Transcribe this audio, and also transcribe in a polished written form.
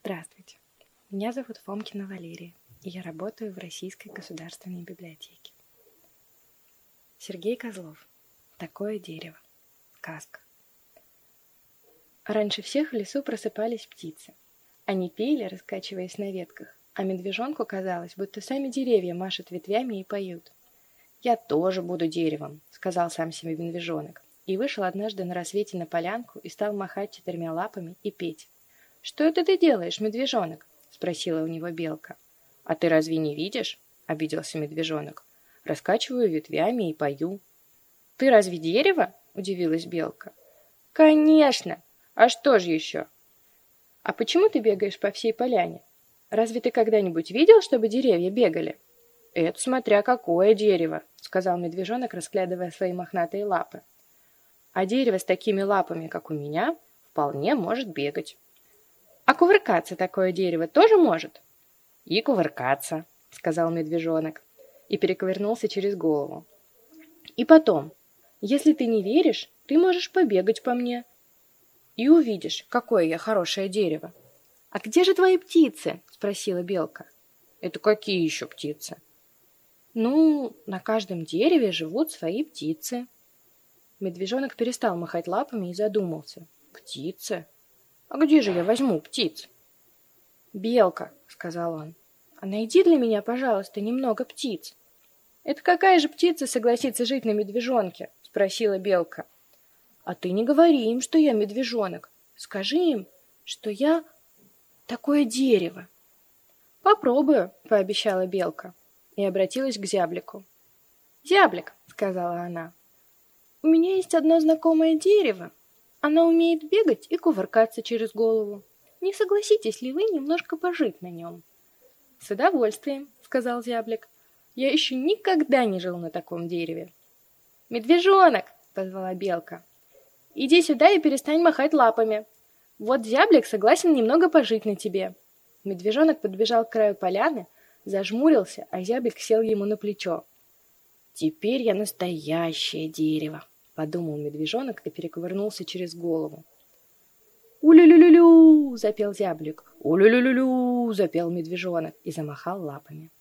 Здравствуйте, меня зовут Фомкина Валерия, и я работаю в Российской государственной библиотеке. Сергей Козлов. Такое дерево. Сказка. Раньше всех в лесу просыпались птицы. Они пели, раскачиваясь на ветках, а медвежонку казалось, будто сами деревья машут ветвями и поют. «Я тоже буду деревом», — сказал сам себе медвежонок, и вышел однажды на рассвете на полянку и стал махать 4 лапами и петь. «Что это ты делаешь, медвежонок?» — спросила у него белка. «А ты разве не видишь?» — обиделся медвежонок. «Раскачиваю ветвями и пою». «Ты разве дерево?» — удивилась белка. «Конечно! А что же еще?» «А почему ты бегаешь по всей поляне? Разве ты когда-нибудь видел, чтобы деревья бегали?» «Это смотря какое дерево», — сказал медвежонок, разглядывая свои мохнатые лапы. «А дерево с такими лапами, как у меня, вполне может бегать». «А кувыркаться такое дерево тоже может?» «И кувыркаться», — сказал медвежонок, и перекувырнулся через голову. «И потом, если ты не веришь, ты можешь побегать по мне и увидишь, какое я хорошее дерево». «А где же твои птицы?» — спросила белка. «Это какие еще птицы?» «Ну, на каждом дереве живут свои птицы». Медвежонок перестал махать лапами и задумался. «Птицы? А где же я возьму птиц?» «Белка», — сказал он, — «а найди для меня, пожалуйста, немного птиц». «Это какая же птица согласится жить на медвежонке?» — спросила белка. «А ты не говори им, что я медвежонок. Скажи им, что я такое дерево». «Попробую», — пообещала белка и обратилась к зяблику. «Зяблик», — сказала она, — «у меня есть одно знакомое дерево. Оно умеет бегать и кувыркаться через голову. Не согласитесь ли вы немножко пожить на нем?» «С удовольствием», — сказал зяблик. «Я еще никогда не жил на таком дереве». «Медвежонок», — позвала белка, — «иди сюда и перестань махать лапами. Вот зяблик согласен немного пожить на тебе». Медвежонок подбежал к краю поляны, зажмурился, а зяблик сел ему на плечо. «Теперь я настоящее дерево», — подумал медвежонок и перекувырнулся через голову. «У-лю-лю-лю-лю!» — запел зяблик. «У-лю-лю-лю-лю!» — запел медвежонок и замахал лапами.